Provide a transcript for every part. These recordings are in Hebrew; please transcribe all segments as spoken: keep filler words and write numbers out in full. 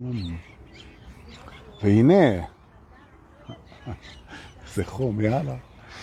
והנה, זה חום, יאללה.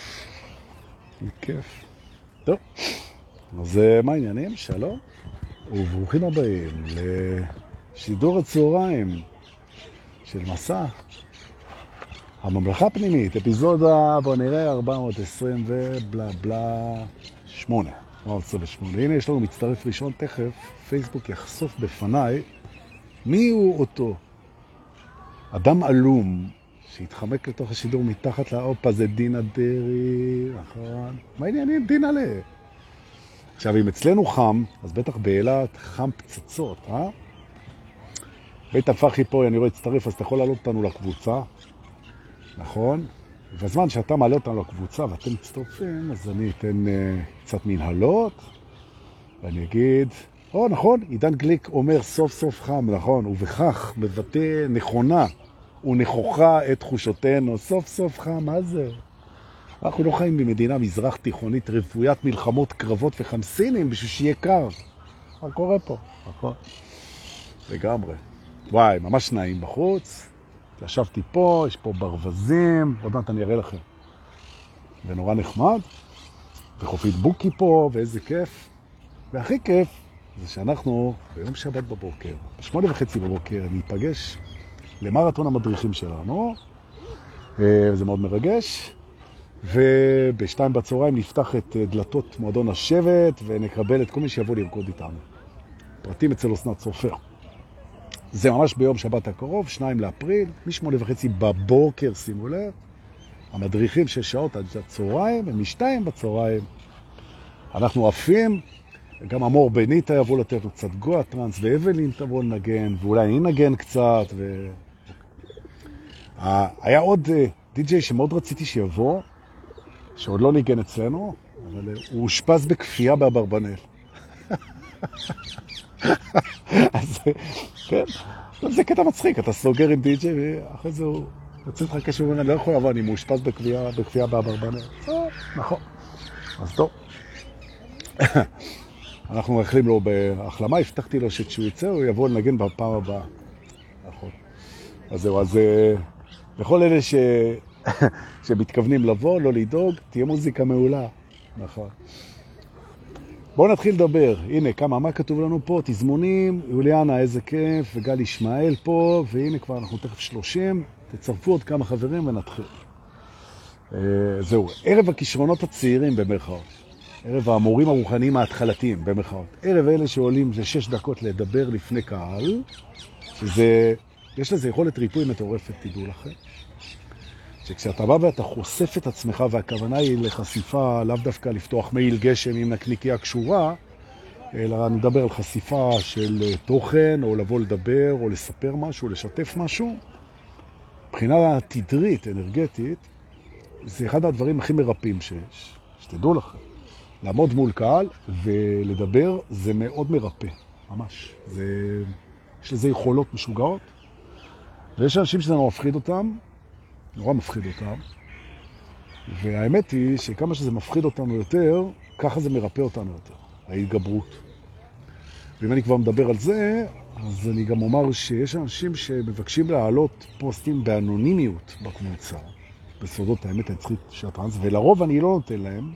כיף. טוב, אז מה העניינים? שלום, וברוכים הבאים לשידור הצהריים של מסע הממלכה הפנימית, אפיזודה, בוא נראה, ארבע מאות עשרים ובלה בלה שמונה. ארבע מאות עשרים ושמונה. הנה יש לנו מצטרף ראשון, תכף פייסבוק יחשוף בפניי מי הוא אותו אדם אלום שהתחמק לתוך השידור מתחת לאופה. זה דינה דרי, נכון? מה העניינים? דינה לה. עכשיו, אם אצלנו חם, אז בטח באילת חם פצצות, אה? בית הפחי פה, אני רואה הצטרף, אז אתה יכול לעלות אותנו לקבוצה, נכון? ובזמן שאתה מעלה אותנו לקבוצה ואתם מצטרפים, אז אני אתן uh, קצת מנהלות, ואני אגיד, או, נכון, עידן גליק אומר סוף סוף חם, נכון, ובכך מבטא נכונה ונכוחה את תחושותינו, סוף סוף חם, מה זה? אנחנו לא חיים במדינה מזרח תיכונית רפוית מלחמות, קרבות וחמסינים בשביל שיהיה קר. מה קורה פה? נכון. לגמרי. וואי, ממש נעים בחוץ. ישבתי פה, יש פה ברווזים, עוד מעט אני אראה לכם. ונורא נחמד. וחופית בוקי פה, ואיזה כיף. והכי כיף זה שאנחנו ביום שבת בבוקר, בשמונה וחצי בבוקר, ניפגש למרתון המדריכים שלנו. זה מאוד מרגש. ובשתיים בצהריים נפתח את דלתות מועדון השבט ונקבל את כל מי שיבוא לרקוד איתנו. פרטים אצל אסנת סופר. זה ממש ביום שבת הקרוב, שניים לאפריל, משמונה וחצי בבוקר, שימו לב. המדריכים שש שעות עד הצהריים, ומשתיים בצהריים. אנחנו עפים, גם אמור בניטה יבוא לתת לו קצת גואה טרנס, ואבלין תבוא לנגן, ואולי אני נגן קצת. ו... היה עוד די-ג'יי שמאוד רציתי שיבוא, שעוד לא ניגן אצלנו, אבל הוא הושפז בכפייה באברבנל. אז כן, זה קטע מצחיק, אתה סוגר עם די-ג'יי, ואחרי זה הוא יוצא לך קשור ואומר, אני לא יכול לבוא, אני מאושפז בכפייה באברבנל. נכון, אז טוב. אנחנו מאחלים לו בהחלמה, הבטחתי לו שכשהוא יצא, הוא יבוא לנגן בפעם הבאה. נכון. אז זהו, אז לכל אלה ש... שמתכוונים לבוא, לא לדאוג, תהיה מוזיקה מעולה. נכון. בואו נתחיל לדבר. הנה, כמה, מה כתוב לנו פה? תזמונים, יוליאנה, איזה כיף, וגל ישמעאל פה, והנה כבר אנחנו תכף שלושים, תצרפו עוד כמה חברים ונתחיל. זהו, ערב הכישרונות הצעירים במרכאות. ערב המורים הרוחניים ההתחלתיים במרכאות. ערב אלה שעולים זה שש דקות לדבר לפני קהל, שזה, יש לזה יכולת ריפוי מטורפת, תדעו לכם. שכשאתה בא ואתה חושף את עצמך, והכוונה היא לחשיפה, לאו דווקא לפתוח מייל גשם עם נקניקיה קשורה, אלא אני מדבר על חשיפה של תוכן, או לבוא לדבר, או לספר משהו, לשתף משהו. מבחינה תדרית, אנרגטית, זה אחד הדברים הכי מרפאים שיש. שתדעו לכם. לעמוד מול קהל ולדבר זה מאוד מרפא, ממש. זה, יש לזה יכולות משוגעות, ויש אנשים שזה נורא מפחיד אותם, נורא מפחיד אותם, והאמת היא שכמה שזה מפחיד אותנו יותר, ככה זה מרפא אותנו יותר, ההתגברות. ואם אני כבר מדבר על זה, אז אני גם אומר שיש אנשים שמבקשים להעלות פוסטים באנונימיות בקבוצה, בסודות האמת הנצחית של הטרנס, ולרוב אני לא נותן להם,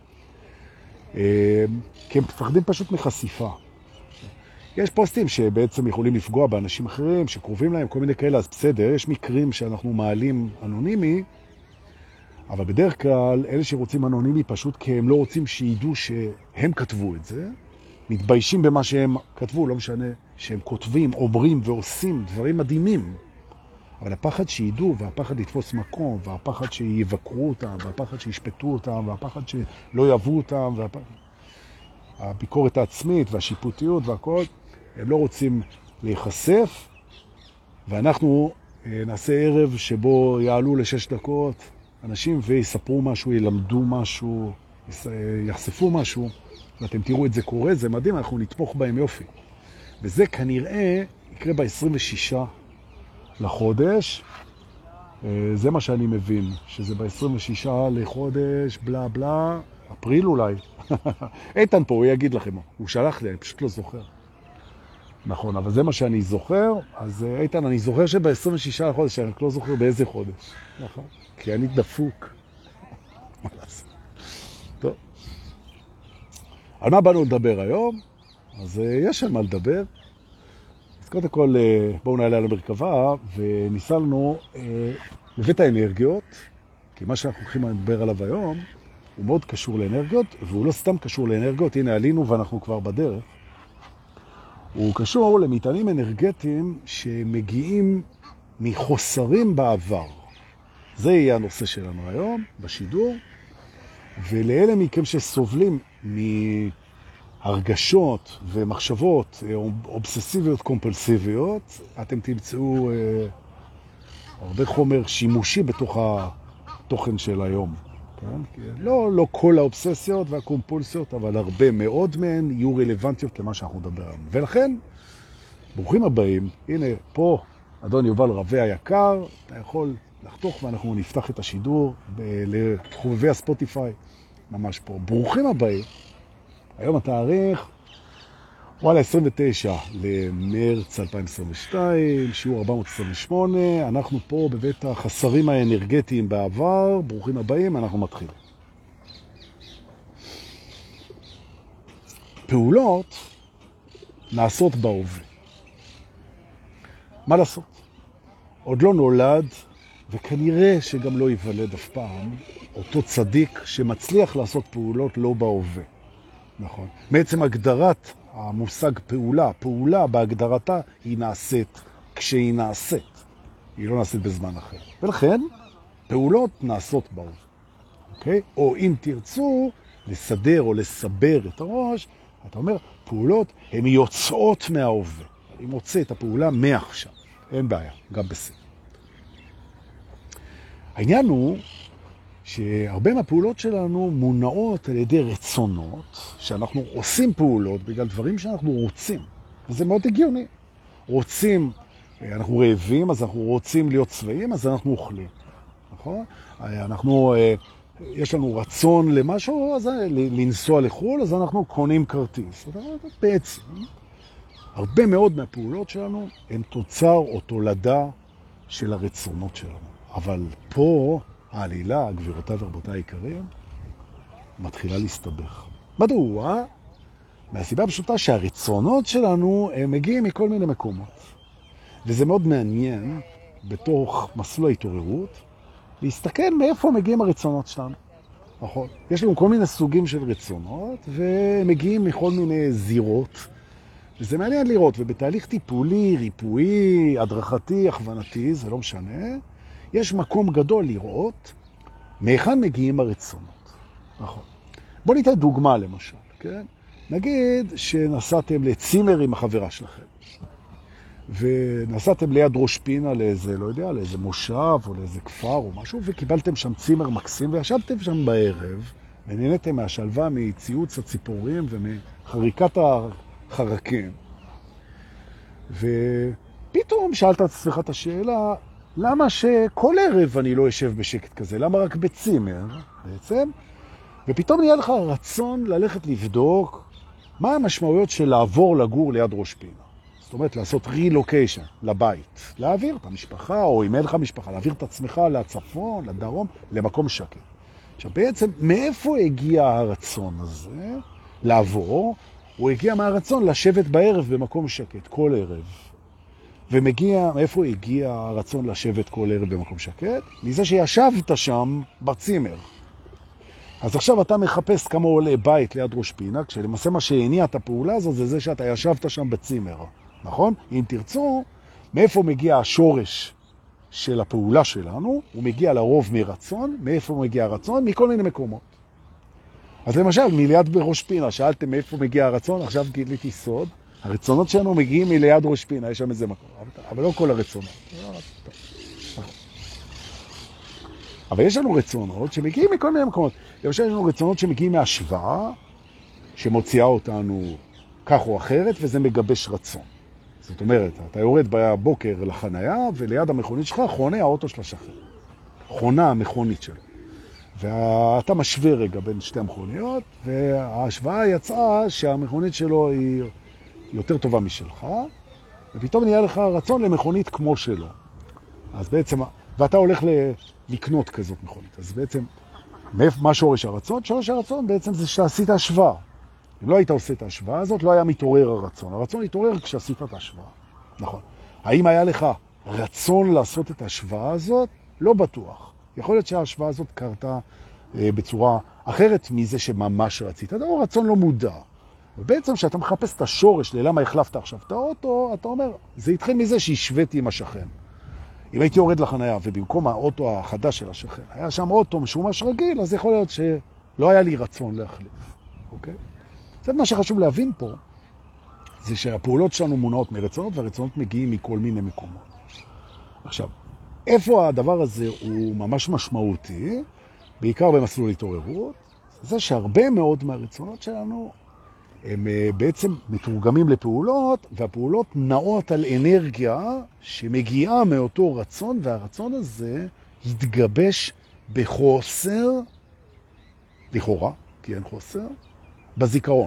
כי הם מפחדים פשוט מחשיפה. יש פוסטים שבעצם יכולים לפגוע באנשים אחרים, שקרובים להם, כל מיני כאלה, אז בסדר, יש מקרים שאנחנו מעלים אנונימי, אבל בדרך כלל אלה שרוצים אנונימי פשוט כי הם לא רוצים שידעו שהם כתבו את זה, מתביישים במה שהם כתבו, לא משנה שהם כותבים, אומרים ועושים דברים מדהימים, אבל הפחד שידעו, והפחד לתפוס מקום, והפחד שיבקרו אותם, והפחד שישפטו אותם, והפחד שלא יאהבו אותם, והפחד... הביקורת העצמית והשיפוטיות והכל, הם לא רוצים להיחשף, ואנחנו נעשה ערב שבו יעלו לשש דקות אנשים ויספרו משהו, ילמדו משהו, יחשפו משהו, ואתם תראו את זה קורה, זה מדהים, אנחנו נתמוך בהם יופי. וזה כנראה יקרה ב-עשרים ושישה לחודש, זה מה שאני מבין, שזה ב-עשרים ושישה לחודש, בלה בלה, אפריל אולי. איתן פה, הוא יגיד לכם, הוא שלח לי, אני פשוט לא זוכר. נכון, אבל זה מה שאני זוכר. אז איתן, אני זוכר שב-עשרים ושישה לחודש, אני לא זוכר באיזה חודש. נכון. כי אני דפוק. מה לעשות? טוב. על מה באנו לדבר היום? אז יש על מה לדבר. אז קודם כל, בואו נעלה על המרכבה, וניסה לנו לבית האנרגיות, כי מה שאנחנו הולכים לדבר עליו היום, הוא מאוד קשור לאנרגיות, והוא לא סתם קשור לאנרגיות. הנה, עלינו ואנחנו כבר בדרך. הוא קשור למטענים אנרגטיים שמגיעים מחוסרים בעבר. זה יהיה הנושא שלנו היום בשידור. ולאלה מכם שסובלים מהרגשות ומחשבות אובססיביות קומפולסיביות, אתם תמצאו אה, הרבה חומר שימושי בתוך התוכן של היום. כן? לא, לא כל האובססיות והקומפולסיות, אבל הרבה מאוד מהן יהיו רלוונטיות למה שאנחנו נדבר עליהם. ולכן, ברוכים הבאים. הנה, פה, אדון יובל רווה היקר, אתה יכול לחתוך ואנחנו נפתח את השידור לחובבי הספוטיפיי, ממש פה. ברוכים הבאים. היום התאריך, וואלה, עשרים ותשעה למרץ אלפיים עשרים ושתיים, שיעור ארבע מאות עשרים ושמונה, אנחנו פה בבית החסרים האנרגטיים בעבר. ברוכים הבאים, אנחנו מתחילים. פעולות נעשות בהווה. מה לעשות? עוד לא נולד, וכנראה שגם לא ייוולד אף פעם, אותו צדיק שמצליח לעשות פעולות לא בהווה. נכון. בעצם הגדרת המושג פעולה, פעולה בהגדרתה היא נעשית כשהיא נעשית. היא לא נעשית בזמן אחר. ולכן, פעולות נעשות בהווה. אוקיי? או אם תרצו לסדר או לסבר את הראש, אתה אומר, פעולות הן יוצאות מההווה. היא מוצאת הפעולה מעכשיו. אין בעיה, גם בסדר. העניין הוא שהרבה מהפעולות שלנו מונעות על ידי רצונות, שאנחנו עושים פעולות בגלל דברים שאנחנו רוצים. וזה מאוד הגיוני. רוצים, אנחנו רעבים, אז אנחנו רוצים להיות צבעים, אז אנחנו אוכלים. נכון? אנחנו, יש לנו רצון למשהו, אז לנסוע לחול, אז אנחנו קונים כרטיס. בעצם, הרבה מאוד מהפעולות שלנו הן תוצר או תולדה של הרצונות שלנו. אבל פה העלילה, גבירותיי ורבותיי היקרים, מתחילה להסתבך. מדוע? מהסיבה הפשוטה שהרצונות שלנו הם מגיעים מכל מיני מקומות. וזה מאוד מעניין בתוך מסלול ההתעוררות, להסתכל מאיפה מגיעים הרצונות שלנו. נכון. יש לנו כל מיני סוגים של רצונות, ומגיעים מכל מיני זירות. וזה מעניין לראות, ובתהליך טיפולי, ריפואי, הדרכתי, הכוונתי, זה לא משנה, יש מקום גדול לראות מהיכן מגיעים הרצונות. נכון. בואו ניתן דוגמה למשל, כן? נגיד שנסעתם לצימר עם החברה שלכם, ונסעתם ליד ראש פינה לאיזה, לא יודע, לאיזה מושב או לאיזה כפר או משהו, וקיבלתם שם צימר מקסים, וישבתם שם בערב, ונהנתם מהשלווה, מציוץ הציפורים ומחריקת החרקים. ופתאום שאלת את עצמך את השאלה, למה שכל ערב אני לא אשב בשקט כזה? למה רק בצימר בעצם? ופתאום נהיה לך רצון ללכת לבדוק מה המשמעויות של לעבור לגור ליד ראש פינה. זאת אומרת, לעשות רילוקיישן לבית. להעביר את המשפחה, או אם אין לך משפחה, להעביר את עצמך לצפון, לדרום, למקום שקט. עכשיו, בעצם, מאיפה הגיע הרצון הזה לעבור? הוא הגיע מהרצון לשבת בערב במקום שקט, כל ערב. ומגיע, מאיפה הגיע הרצון לשבת כל ערב במקום שקט? מזה שישבת שם בצימר. אז עכשיו אתה מחפש כמה עולה בית ליד ראש פינה, כשלמעשה מה שהניע את הפעולה הזאת זה זה שאתה ישבת שם בצימר. נכון? אם תרצו, מאיפה מגיע השורש של הפעולה שלנו? הוא מגיע לרוב מרצון. מאיפה מגיע הרצון? מכל מיני מקומות. אז למשל, מליד בראש פינה, שאלתם מאיפה מגיע הרצון, עכשיו גיליתי סוד. הרצונות שלנו מגיעים מליד ראש פינה, יש שם איזה מקום. אבל לא כל הרצונות. אבל יש לנו רצונות שמגיעים מכל מיני מקומות. למשל, יש לנו רצונות שמגיעים מהשוואה, שמוציאה אותנו כך או אחרת, וזה מגבש רצון. זאת אומרת, אתה יורד בבוקר לחנייה, וליד המכונית שלך חונה האוטו של השכן. חונה המכונית שלו. ואתה משווה רגע בין שתי המכוניות, וההשוואה יצאה שהמכונית שלו היא יותר טובה משלך, ופתאום נהיה לך רצון למכונית כמו שלו. אז בעצם, ואתה הולך ל- לקנות כזאת מכונית. אז בעצם, מה שורש הרצון? שורש הרצון בעצם זה שעשית השוואה. אם לא היית עושה את ההשוואה הזאת, לא היה מתעורר הרצון. הרצון התעורר כשעשית את ההשוואה. נכון. האם היה לך רצון לעשות את ההשוואה הזאת? לא בטוח. יכול להיות שההשוואה הזאת קרתה אה, בצורה אחרת מזה שממש רצית. זה הוא רצון לא מודע. ובעצם כשאתה מחפש את השורש ללמה החלפת עכשיו את האוטו, אתה אומר, זה התחיל מזה שהשוויתי עם השכן. אם הייתי יורד לחניה ובמקום האוטו החדש של השכן, היה שם אוטו משומש רגיל, אז יכול להיות שלא היה לי רצון להחליף. אוקיי? זה מה שחשוב להבין פה, זה שהפעולות שלנו מונעות מרצונות, והרצונות מגיעים מכל מיני מקומות. עכשיו, איפה הדבר הזה הוא ממש משמעותי, בעיקר במסלול התעוררות, זה שהרבה מאוד מהרצונות שלנו הם בעצם מתורגמים לפעולות, והפעולות נעות על אנרגיה שמגיעה מאותו רצון, והרצון הזה יתגבש בחוסר, לכאורה, כי אין חוסר, בזיכרון.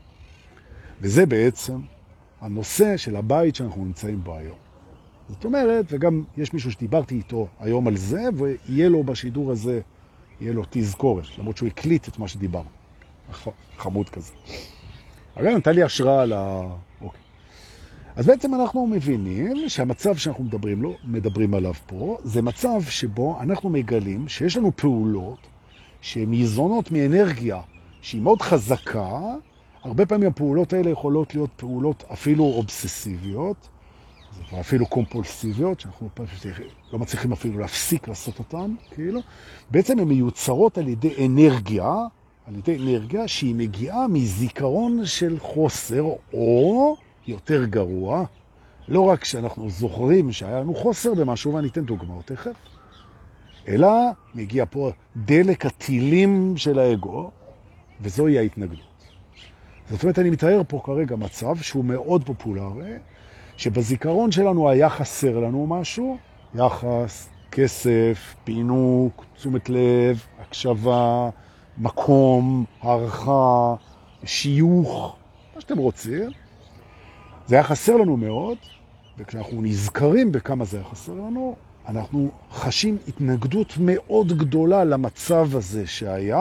וזה בעצם הנושא של הבית שאנחנו נמצאים בו היום. זאת אומרת, וגם יש מישהו שדיברתי איתו היום על זה, ויהיה לו בשידור הזה, יהיה לו תזכורת, למרות שהוא הקליט את מה שדיברנו. חמוד כזה. הרי נתן לי השראה על ה... אוקיי. אז בעצם אנחנו מבינים שהמצב שאנחנו מדברים, לו, מדברים עליו פה, זה מצב שבו אנחנו מגלים שיש לנו פעולות שהן ניזונות מאנרגיה שהיא מאוד חזקה. הרבה פעמים הפעולות האלה יכולות להיות פעולות אפילו אובססיביות, אפילו קומפולסיביות, שאנחנו לא מצליחים אפילו להפסיק לעשות אותן, כאילו. בעצם הן מיוצרות על ידי אנרגיה, על ידי אנרגיה שהיא מגיעה מזיכרון של חוסר, או יותר גרוע, לא רק שאנחנו זוכרים שהיה לנו חוסר במשהו, ואני אתן דוגמאות תכף, אלא מגיע פה דלק הטילים של האגו, וזוהי ההתנגדות. זאת אומרת, אני מתאר פה כרגע מצב שהוא מאוד פופולרי, שבזיכרון שלנו היה חסר לנו משהו, יחס, כסף, פינוק, תשומת לב, הקשבה, מקום, הערכה, שיוך, מה שאתם רוצים. זה היה חסר לנו מאוד, וכשאנחנו נזכרים בכמה זה היה חסר לנו, אנחנו חשים התנגדות מאוד גדולה למצב הזה שהיה,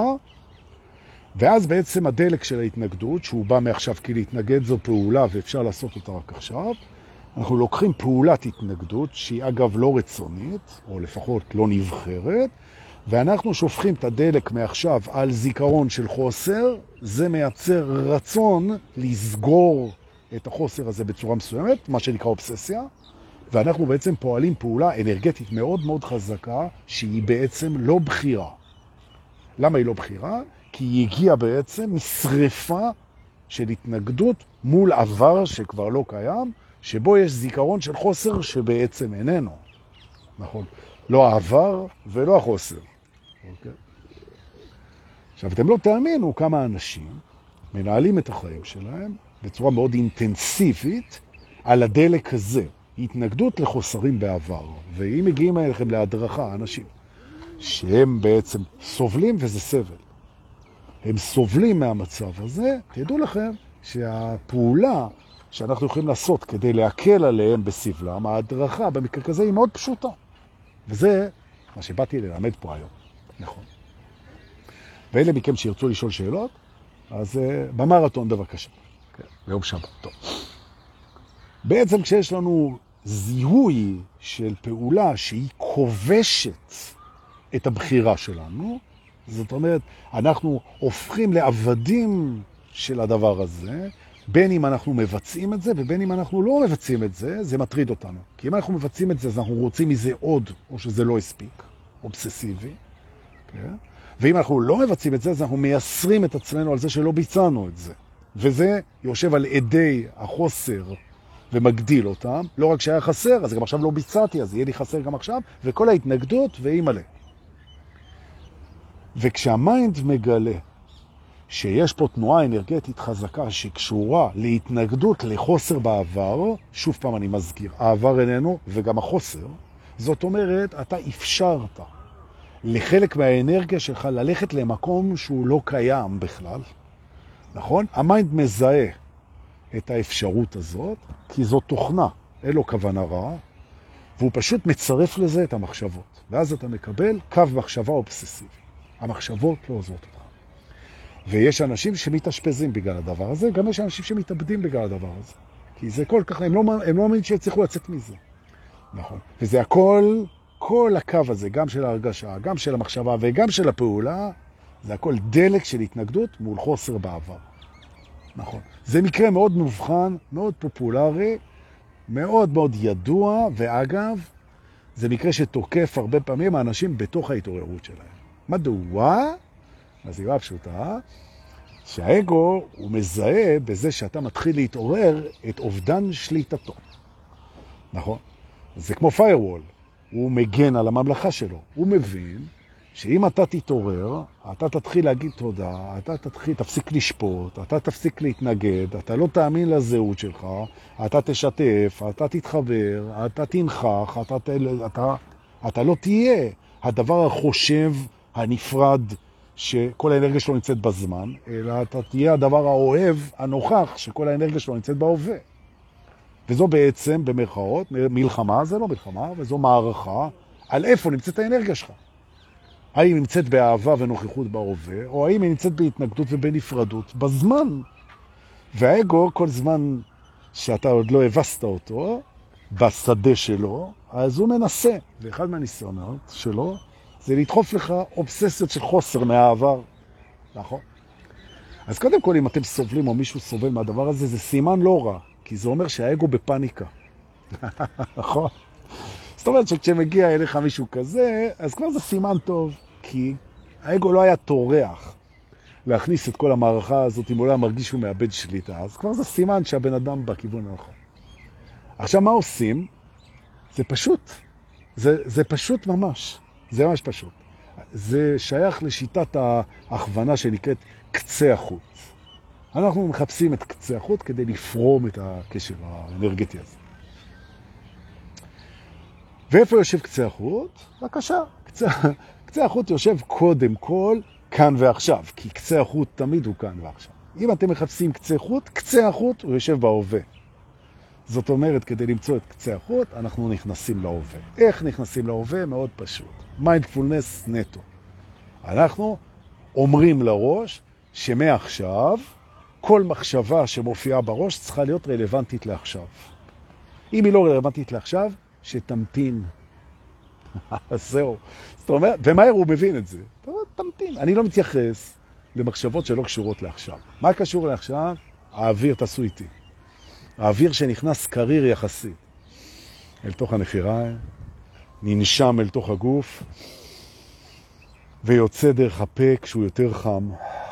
ואז בעצם הדלק של ההתנגדות, שהוא בא מעכשיו כי להתנגד זו פעולה ואפשר לעשות אותה רק עכשיו, אנחנו לוקחים פעולת התנגדות שהיא אגב לא רצונית, או לפחות לא נבחרת, ואנחנו שופכים את הדלק מעכשיו על זיכרון של חוסר, זה מייצר רצון לסגור את החוסר הזה בצורה מסוימת, מה שנקרא אובססיה, ואנחנו בעצם פועלים פעולה אנרגטית מאוד מאוד חזקה, שהיא בעצם לא בחירה. למה היא לא בחירה? כי היא הגיעה בעצם משריפה של התנגדות מול עבר שכבר לא קיים, שבו יש זיכרון של חוסר שבעצם איננו. נכון? לא העבר ולא החוסר. אוקיי? עכשיו, אתם לא תאמינו כמה אנשים מנהלים את החיים שלהם בצורה מאוד אינטנסיבית על הדלק הזה. התנגדות לחוסרים בעבר. ואם מגיעים אליכם להדרכה, אנשים שהם בעצם סובלים וזה סבל. הם סובלים מהמצב הזה, תדעו לכם שהפעולה שאנחנו יכולים לעשות כדי להקל עליהם בסבלם, ההדרכה במקרה כזה היא מאוד פשוטה. וזה מה שבאתי ללמד פה היום. נכון. ואלה מכם שירצו לשאול שאלות, אז uh, במרתון בבקשה. Okay. ביום שבת. טוב. בעצם כשיש לנו זיהוי של פעולה שהיא כובשת את הבחירה שלנו, זאת אומרת, אנחנו הופכים לעבדים של הדבר הזה, בין אם אנחנו מבצעים את זה, ובין אם אנחנו לא מבצעים את זה, זה מטריד אותנו. כי אם אנחנו מבצעים את זה, אז אנחנו רוצים מזה עוד, או שזה לא הספיק, אובססיבי. כן? ואם אנחנו לא מבצעים את זה, אז אנחנו מייסרים את עצמנו על זה שלא ביצענו את זה. וזה יושב על עדי החוסר ומגדיל אותם. לא רק שהיה חסר, אז גם עכשיו לא ביצעתי, אז יהיה לי חסר גם עכשיו, וכל ההתנגדות והיא מלא. וכשהמיינד מגלה שיש פה תנועה אנרגטית חזקה שקשורה להתנגדות לחוסר בעבר, שוב פעם אני מזכיר, העבר איננו וגם החוסר, זאת אומרת, אתה אפשרת לחלק מהאנרגיה שלך ללכת למקום שהוא לא קיים בכלל, נכון? המיינד מזהה את האפשרות הזאת, כי זו תוכנה, אין לו כוונה רעה, והוא פשוט מצרף לזה את המחשבות. ואז אתה מקבל קו מחשבה אובססיבי. המחשבות לא עוזרות אותך. ויש אנשים שמתאשפזים בגלל הדבר הזה, גם יש אנשים שמתאבדים בגלל הדבר הזה. כי זה כל כך, הם לא, הם לא מאמינים שיצליחו לצאת מזה. נכון. וזה הכל, כל הקו הזה, גם של ההרגשה, גם של המחשבה וגם של הפעולה, זה הכל דלק של התנגדות מול חוסר בעבר. נכון. זה מקרה מאוד מובחן, מאוד פופולרי, מאוד מאוד ידוע, ואגב, זה מקרה שתוקף הרבה פעמים האנשים בתוך ההתעוררות שלהם. מדוע? הסיבה פשוטה, שהאגו הוא מזהה בזה שאתה מתחיל להתעורר את אובדן שליטתו. נכון? זה כמו firewall. הוא מגן על הממלכה שלו. הוא מבין שאם אתה תתעורר, אתה תתחיל להגיד תודה, אתה תתחיל, תפסיק לשפוט, אתה תפסיק להתנגד, אתה לא תאמין לזהות שלך, אתה תשתף, אתה תתחבר, אתה תנחח, אתה, אתה, אתה לא תהיה הדבר החושב הנפרד שכל האנרגיה שלו נמצאת בזמן, אלא אתה תהיה הדבר האוהב, הנוכח, שכל האנרגיה שלו נמצאת בהווה. וזו בעצם, במרכאות, מלחמה, זה לא מלחמה, וזו מערכה, על איפה נמצאת האנרגיה שלך. האם היא נמצאת באהבה ונוכחות בהווה, או האם היא נמצאת בהתנגדות ובנפרדות בזמן. והאגו, כל זמן שאתה עוד לא הבסת אותו, בשדה שלו, אז הוא מנסה. ואחד מהניסיונות שלו, זה לדחוף לך אובססיות של חוסר מהעבר. נכון? אז קודם כל, אם אתם סובלים או מישהו סובל מהדבר הזה, זה סימן לא רע, כי זה אומר שהאגו בפניקה. נכון? זאת אומרת שכשמגיע אליך מישהו כזה, אז כבר זה סימן טוב, כי האגו לא היה תורח להכניס את כל המערכה הזאת, אם הוא לא היה מרגיש שהוא מאבד שליטה, אז כבר זה סימן שהבן אדם בכיוון הנכון. עכשיו, מה עושים? זה פשוט. זה, זה פשוט ממש. זה ממש פשוט. זה שייך לשיטת ההכוונה שנקראת קצה החוט. אנחנו מחפשים את קצה החוט כדי לפרום את הקשר האנרגטי הזה. ואיפה יושב קצה החוט? בבקשה. קצה, קצה החוט יושב קודם כל כאן ועכשיו, כי קצה החוט תמיד הוא כאן ועכשיו. אם אתם מחפשים קצה חוט, קצה החוט הוא יושב בהווה. זאת אומרת, כדי למצוא את קצה החוט, אנחנו נכנסים להווה. איך נכנסים להווה? מאוד פשוט. מיינדפולנס נטו. אנחנו אומרים לראש שמעכשיו, כל מחשבה שמופיעה בראש צריכה להיות רלוונטית לעכשיו. אם היא לא רלוונטית לעכשיו, שתמתין. אז זהו. זאת אומרת, ומהר הוא מבין את זה. זאת אומרת, תמתין. אני לא מתייחס למחשבות שלא קשורות לעכשיו. מה קשור לעכשיו? האוויר תעשו איתי. האוויר שנכנס קריר יחסית אל תוך הנחיריים, ננשם אל תוך הגוף, ויוצא דרך הפה כשהוא יותר חם.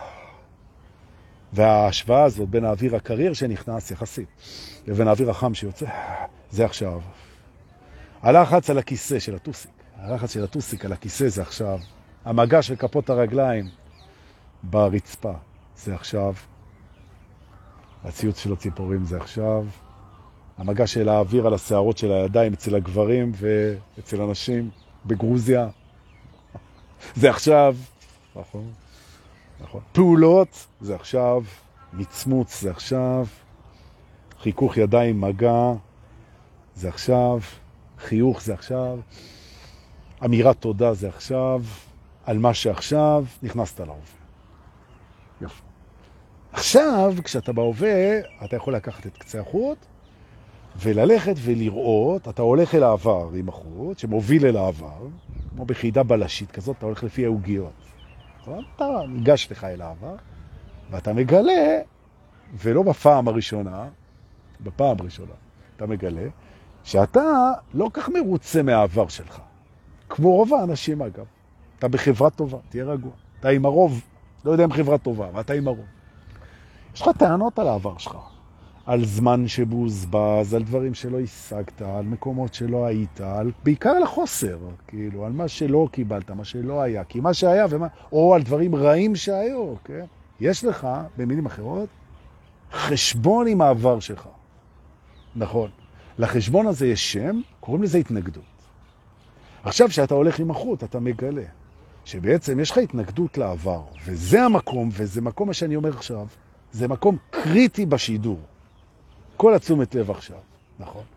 וההשוואה הזאת בין האוויר הקריר שנכנס יחסית, לבין האוויר החם שיוצא, זה עכשיו. הלחץ על הכיסא של הטוסיק, הלחץ של הטוסיק על הכיסא זה עכשיו. המגע של כפות הרגליים ברצפה זה עכשיו. הציוץ של הציפורים זה עכשיו. המגע של האוויר על השערות של הידיים אצל הגברים ואצל אנשים בגרוזיה זה עכשיו. נכון. נכון. פעולות זה עכשיו. מצמוץ זה עכשיו. חיכוך ידיים, מגע זה עכשיו. חיוך זה עכשיו. אמירת תודה זה עכשיו. על מה שעכשיו נכנסת להווה. יפה. עכשיו, כשאתה בהווה, אתה יכול לקחת את קצה החוט וללכת ולראות, אתה הולך אל העבר עם החוט, שמוביל אל העבר, כמו בחידה בלשית כזאת, אתה הולך לפי ההוגיות. אתה ניגש לך אל העבר, ואתה מגלה, ולא בפעם הראשונה, בפעם הראשונה, אתה מגלה, שאתה לא כך מרוצה מהעבר שלך. כמו רוב האנשים אגב. אתה בחברה טובה, תהיה רגוע. אתה עם הרוב, לא יודע אם חברה טובה, אבל אתה עם הרוב. יש לך טענות על העבר שלך, על זמן שבוזבז, על דברים שלא השגת, על מקומות שלא היית, על, בעיקר על החוסר, כאילו, על מה שלא קיבלת, מה שלא היה, כי מה שהיה, ומה, או על דברים רעים שהיו, כן? יש לך, במילים אחרות, חשבון עם העבר שלך. נכון. לחשבון הזה יש שם, קוראים לזה התנגדות. עכשיו שאתה הולך עם החוט, אתה מגלה שבעצם יש לך התנגדות לעבר, וזה המקום, וזה מקום מה שאני אומר עכשיו, זה מקום קריטי בשידור. כל התשומת לב עכשיו, נכון?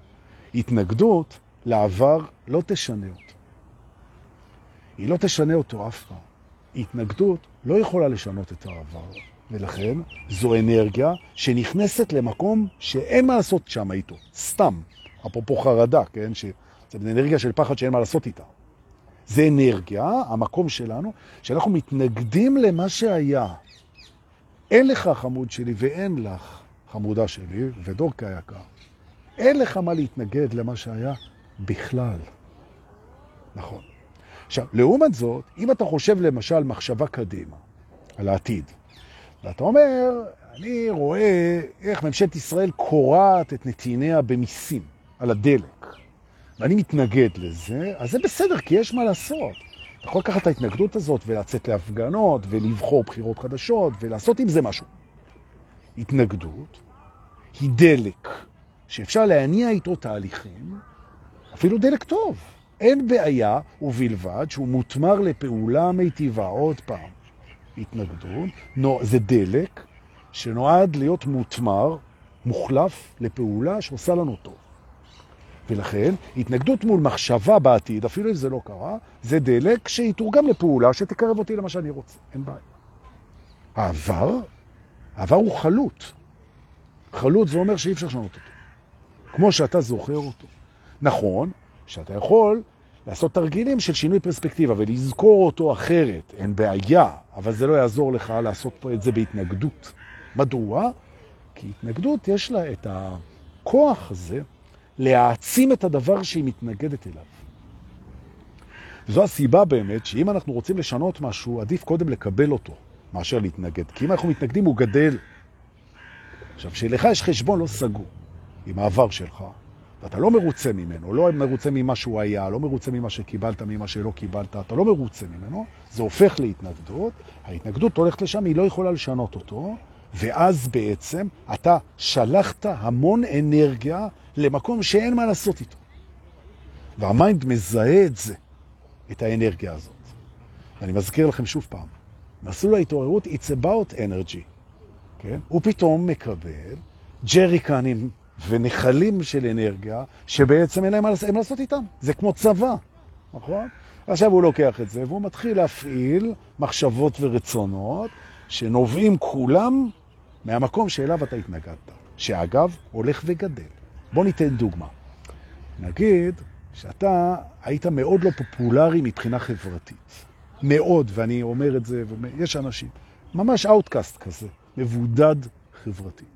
התנגדות לעבר לא תשנה אותו. היא לא תשנה אותו אף פעם. התנגדות לא יכולה לשנות את העבר, ולכן זו אנרגיה שנכנסת למקום שאין מה לעשות שם איתו, סתם. אפרופו חרדה, כן? שזו אנרגיה של פחד שאין מה לעשות איתה. זה אנרגיה, המקום שלנו, שאנחנו מתנגדים למה שהיה. אין לך חמוד שלי ואין לך חמודה שלי, ודורקה היקר. אין לך מה להתנגד למה שהיה בכלל. נכון. עכשיו, לעומת זאת, אם אתה חושב למשל מחשבה קדימה, על העתיד, ואתה אומר, אני רואה איך ממשלת ישראל קורעת את נתיניה במיסים על הדלק, ואני מתנגד לזה, אז זה בסדר, כי יש מה לעשות. אתה יכול לקחת את ההתנגדות הזאת ולצאת להפגנות ולבחור בחירות חדשות ולעשות עם זה משהו. התנגדות היא דלק שאפשר להניע איתו תהליכים, אפילו דלק טוב. אין בעיה, ובלבד שהוא מותמר לפעולה מיטיבה. עוד פעם, התנגדות, נו, זה דלק שנועד להיות מותמר, מוחלף לפעולה שעושה לנו טוב. ולכן, התנגדות מול מחשבה בעתיד, אפילו אם זה לא קרה, זה דלק שיתורגם לפעולה שתקרב אותי למה שאני רוצה. אין בעיה. העבר, העבר הוא חלוט. חלוט זה אומר שאי אפשר לשנות אותו. כמו שאתה זוכר אותו. נכון, שאתה יכול לעשות תרגילים של שינוי פרספקטיבה ולזכור אותו אחרת, אין בעיה, אבל זה לא יעזור לך לעשות פה את זה בהתנגדות. מדוע? כי התנגדות יש לה את הכוח הזה להעצים את הדבר שהיא מתנגדת אליו. וזו הסיבה באמת שאם אנחנו רוצים לשנות משהו, עדיף קודם לקבל אותו, מאשר להתנגד. כי אם אנחנו מתנגדים הוא גדל. עכשיו, שלך יש חשבון לא סגור עם העבר שלך, ואתה לא מרוצה ממנו, לא מרוצה ממה שהוא היה, לא מרוצה ממה שקיבלת, ממה שלא קיבלת, אתה לא מרוצה ממנו, זה הופך להתנגדות, ההתנגדות הולכת לשם, היא לא יכולה לשנות אותו, ואז בעצם אתה שלחת המון אנרגיה למקום שאין מה לעשות איתו. והמיינד מזהה את זה, את האנרגיה הזאת. ואני מזכיר לכם שוב פעם, מסלול ההתעוררות, it's about energy. כן? הוא פתאום מקבל ג'ריקנים ונחלים של אנרגיה שבעצם אין להם מה לעשות איתם. זה כמו צבא, נכון? עכשיו הוא לוקח את זה והוא מתחיל להפעיל מחשבות ורצונות שנובעים כולם מהמקום שאליו אתה התנגדת. שאגב, הולך וגדל. בוא ניתן דוגמה. נגיד שאתה היית מאוד לא פופולרי מבחינה חברתית. מאוד, ואני אומר את זה, ויש אנשים. ממש אאוטקאסט כזה, מבודד חברתית.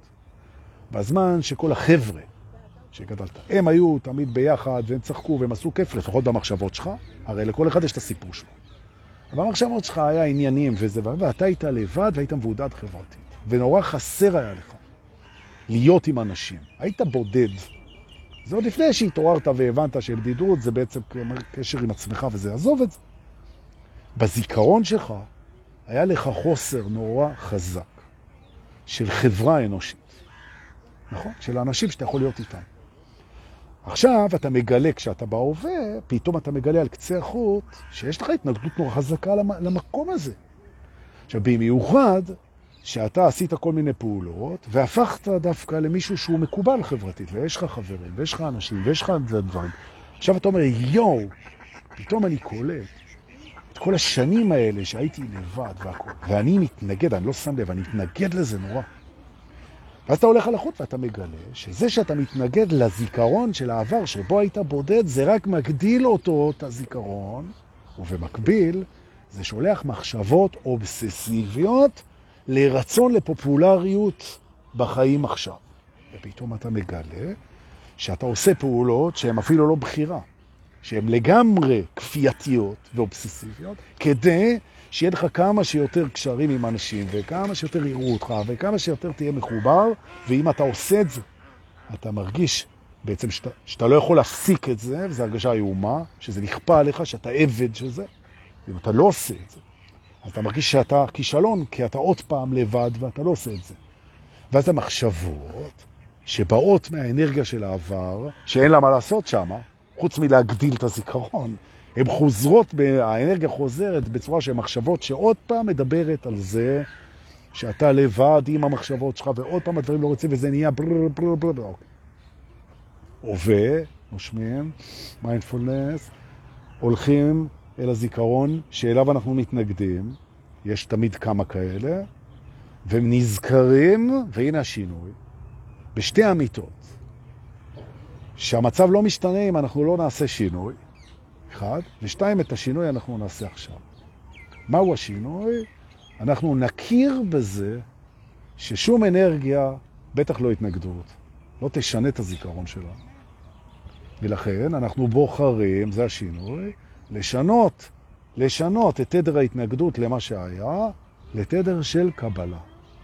בזמן שכל החבר'ה שגדלת, הם היו תמיד ביחד והם צחקו והם עשו כיף, לפחות במחשבות שלך, הרי לכל אחד יש את הסיפור שלו. אבל במחשבות שלך היה עניינים וזה, ואתה היית לבד והיית מבודד חברתית. ונורא חסר היה לך להיות עם אנשים. היית בודד. זה עוד לפני שהתעוררת והבנת שבדידות זה בעצם קשר עם עצמך וזה, עזוב את זה. בזיכרון שלך היה לך חוסר נורא חזק של חברה אנושית. נכון? של האנשים שאתה יכול להיות איתם. עכשיו אתה מגלה, כשאתה בהווה, פתאום אתה מגלה על קצה החוט שיש לך התנגדות נורא חזקה למקום הזה. עכשיו, במיוחד שאתה עשית כל מיני פעולות, והפכת דווקא למישהו שהוא מקובל חברתית, ויש לך חברים, ויש לך אנשים, ויש לך דברים. עכשיו אתה אומר, יואו, פתאום אני קולט את כל השנים האלה שהייתי לבד והכל, ואני מתנגד, אני לא שם לב, אני מתנגד לזה נורא. ואז אתה הולך על החוט ואתה מגלה שזה שאתה מתנגד לזיכרון של העבר שבו היית בודד, זה רק מגדיל אותו, את הזיכרון, ובמקביל זה שולח מחשבות אובססיביות לרצון לפופולריות בחיים עכשיו. ופתאום אתה מגלה שאתה עושה פעולות שהן אפילו לא בחירה, שהן לגמרי כפייתיות ואובססיביות, כדי שיהיה לך כמה שיותר קשרים עם אנשים, וכמה שיותר יראו אותך, וכמה שיותר תהיה מחובר, ואם אתה עושה את זה, אתה מרגיש בעצם שאתה, שאתה לא יכול להפסיק את זה, וזו הרגשה איומה, שזה נכפה עליך, שאתה עבד של זה, ואם אתה לא עושה את זה, אז אתה מרגיש שאתה כישלון, כי אתה עוד פעם לבד, ואתה לא עושה את זה. ואז המחשבות שבאות מהאנרגיה של העבר, שאין לה מה לעשות שם, חוץ מלהגדיל את הזיכרון, הן חוזרות, האנרגיה חוזרת בצורה של מחשבות שעוד פעם מדברת על זה שאתה לבד עם המחשבות שלך, ועוד פעם הדברים לא רוצים, וזה נהיה בר בר בר בר. נושמים, מיינדפולנס, הולכים אל הזיכרון שאליו אנחנו מתנגדים, יש תמיד כמה כאלה, והם נזכרים, והנה השינוי, בשתי אמיתות. שהמצב לא משתנה אם אנחנו לא נעשה שינוי, אחד, ושתיים, את השינוי אנחנו נעשה עכשיו. מהו השינוי? אנחנו נכיר בזה ששום אנרגיה, בטח לא התנגדות, לא תשנה את הזיכרון שלנו. ולכן אנחנו בוחרים, זה השינוי, לשנות, לשנות את תדר ההתנגדות למה שהיה, לתדר של קבלה.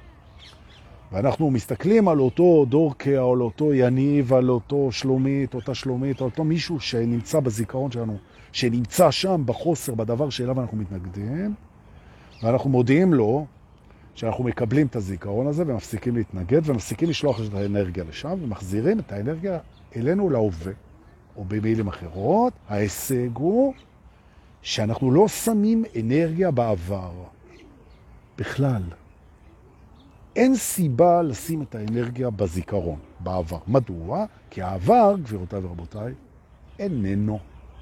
ואנחנו מסתכלים על אותו דורקה, על אותו יניב, על אותו שלומית, אותה שלומית, על אותו מישהו שנמצא בזיכרון שלנו, שנמצא שם בחוסר, בדבר שאליו אנחנו מתנגדים, ואנחנו מודיעים לו שאנחנו מקבלים את הזיכרון הזה ומפסיקים להתנגד, ומפסיקים לשלוח את האנרגיה לשם, ומחזירים את האנרגיה אלינו להווה. או במילים אחרות, ההישג הוא שאנחנו לא שמים אנרגיה בעבר. בכלל. אין סיבה לשים את האנרגיה בזיכרון, בעבר. מדוע? כי העבר, גבירותיי ורבותיי, איננו.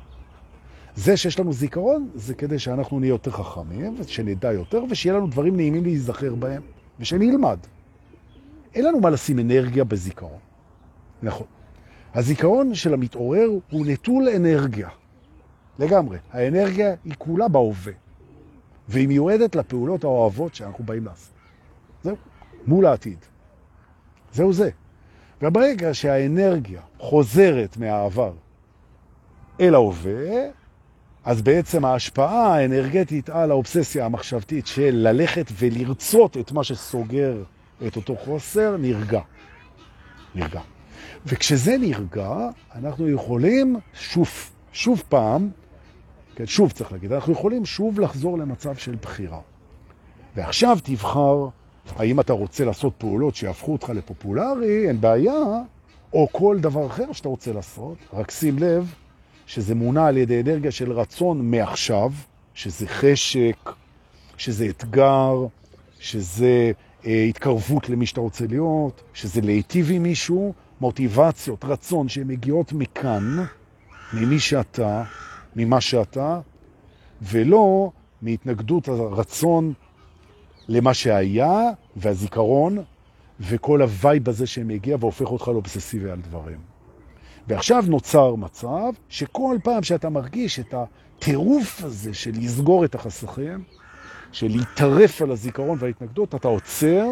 זה שיש לנו זיכרון, זה כדי שאנחנו נהיה יותר חכמים, ושנדע יותר, ושיהיה לנו דברים נעימים להיזכר בהם, ושנלמד. אין לנו מה לשים אנרגיה בזיכרון. נכון. הזיכרון של המתעורר הוא נטול אנרגיה. לגמרי. האנרגיה היא כולה בהווה. והיא מיועדת לפעולות האוהבות שאנחנו באים לעשות. זהו. מול העתיד. זהו זה. וברגע שהאנרגיה חוזרת מהעבר אל ההווה, אז בעצם ההשפעה האנרגטית על האובססיה המחשבתית של ללכת ולרצות את מה שסוגר את אותו חוסר, נרגע. נרגע. וכשזה נרגע, אנחנו יכולים שוב, שוב פעם, כן, שוב צריך להגיד, אנחנו יכולים שוב לחזור למצב של בחירה. ועכשיו תבחר האם אתה רוצה לעשות פעולות שיהפכו אותך לפופולרי, אין בעיה, או כל דבר אחר שאתה רוצה לעשות, רק שים לב שזה מונע על ידי אנרגיה של רצון מעכשיו, שזה חשק, שזה אתגר, שזה אה, התקרבות למי שאתה רוצה להיות, שזה להיטיב עם מישהו, מוטיבציות, רצון שהן מגיעות מכאן, ממי שאתה, ממה שאתה, ולא מהתנגדות הרצון למה שהיה, והזיכרון, וכל הווייב הזה שמגיע והופך אותך לאובססיבי על דברים. ועכשיו נוצר מצב שכל פעם שאתה מרגיש את הטירוף הזה של לסגור את החסכים, של להתערף על הזיכרון וההתנגדות, אתה עוצר,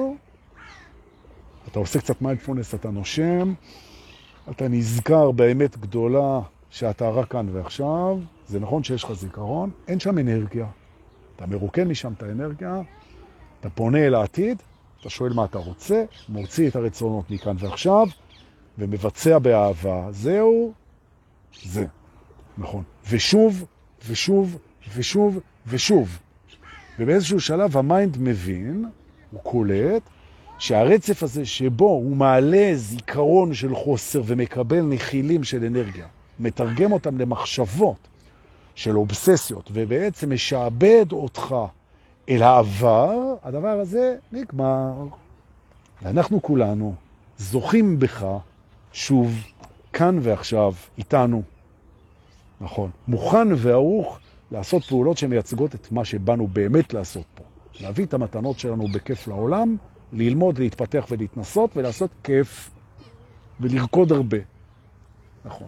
אתה עושה קצת מיינדפולנס, אתה נושם, אתה נזכר באמת גדולה שאתה רק כאן ועכשיו, זה נכון שיש לך זיכרון, אין שם אנרגיה. אתה מרוקן משם את האנרגיה, אתה פונה אל העתיד, אתה שואל מה אתה רוצה, מוציא את הרצונות מכאן ועכשיו, ומבצע באהבה. זהו, זה. נכון. ושוב, ושוב, ושוב, ושוב. ובאיזשהו שלב המיינד מבין, הוא קולט, שהרצף הזה שבו הוא מעלה זיכרון של חוסר ומקבל נחילים של אנרגיה, מתרגם אותם למחשבות של אובססיות, ובעצם משעבד אותך אל העבר, הדבר הזה נגמר. ואנחנו כולנו זוכים בך שוב, כאן ועכשיו, איתנו. נכון. מוכן וערוך לעשות פעולות שמייצגות את מה שבאנו באמת לעשות פה. להביא את המתנות שלנו בכיף לעולם, ללמוד, להתפתח ולהתנסות, ולעשות כיף, ולרקוד הרבה. נכון.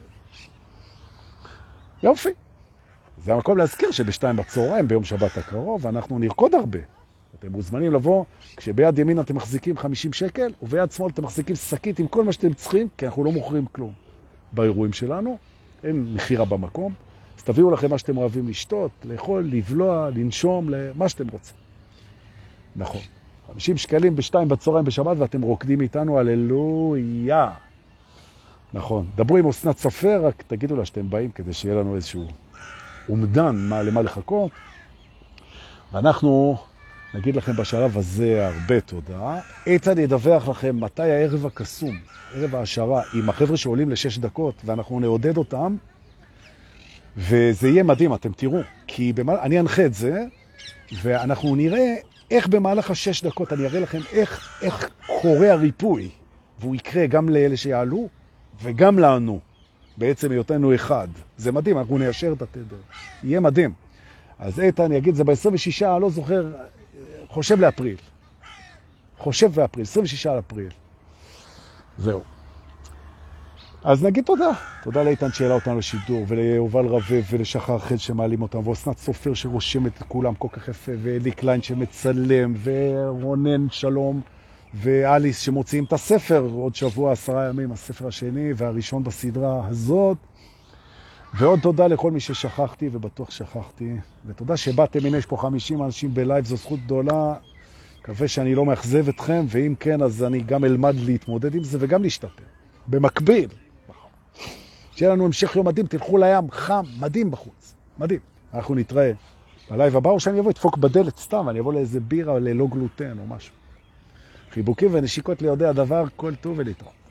יופי. זה המקום להזכיר שבשתיים בצהריים, ביום שבת הקרוב, אנחנו נרקוד הרבה. אתם מוזמנים לבוא, כשביד ימין אתם מחזיקים חמישים שקל, וביד שמאל אתם מחזיקים שקית עם כל מה שאתם צריכים, כי אנחנו לא מוכרים כלום. באירועים שלנו, אין מחירה במקום, אז תביאו לכם מה שאתם אוהבים לשתות, לאכול, לבלוע, לנשום, מה שאתם רוצים. נכון. חמישים שקלים בשתיים בצהריים בשבת, ואתם רוקדים איתנו, הללויה. נכון. דברו עם אסנת סופר, רק תגידו לה שאתם באים, כדי שיהיה לנו איזשהו אומדן מה, למה לחכות. ואנחנו נגיד לכם בשלב הזה הרבה תודה. איתן ידווח לכם מתי הערב הקסום, ערב ההשערה, עם החבר'ה שעולים לשש דקות, ואנחנו נעודד אותם, וזה יהיה מדהים, אתם תראו. כי במהל... אני אנחה את זה, ואנחנו נראה איך במהלך השש דקות, אני אראה לכם איך, איך קורה הריפוי, והוא יקרה גם לאלה שיעלו, וגם לנו. בעצם היותנו אחד. זה מדהים, אנחנו ניישר את התדר. יהיה מדהים. אז איתן יגיד, זה ב-עשרים ושישה, לא זוכר, חושב לאפריל. חושב באפריל, עשרים ושישה לאפריל. זהו. אז נגיד תודה. תודה לאיתן שאלה אותנו לשידור, וליובל רבב, ולשחר חל שמעלים אותם, ואוסנת סופר שרושמת את כולם כל כך יפה, ואלי קליין שמצלם, ורונן שלום, ואליס שמוציאים את הספר, עוד שבוע, עשרה ימים, הספר השני, והראשון בסדרה הזאת. ועוד תודה לכל מי ששכחתי, ובטוח שכחתי. ותודה שבאתם, הנה יש פה חמישים אנשים בלייב, זו זכות גדולה. מקווה שאני לא מאכזב אתכם, ואם כן, אז אני גם אלמד להתמודד עם זה, וגם להשתפר. במקביל. שיהיה לנו המשך יום מדהים, תלכו לים, חם, מדהים בחוץ. מדהים. אנחנו נתראה בלייב הבא, או שאני אבוא, אדפוק בדלת סתם, אני אבוא לאיזה בירה ללא גלוטן או משהו. חיבוקים ונשיקות ליודע דבר, כל טוב ולהתראות.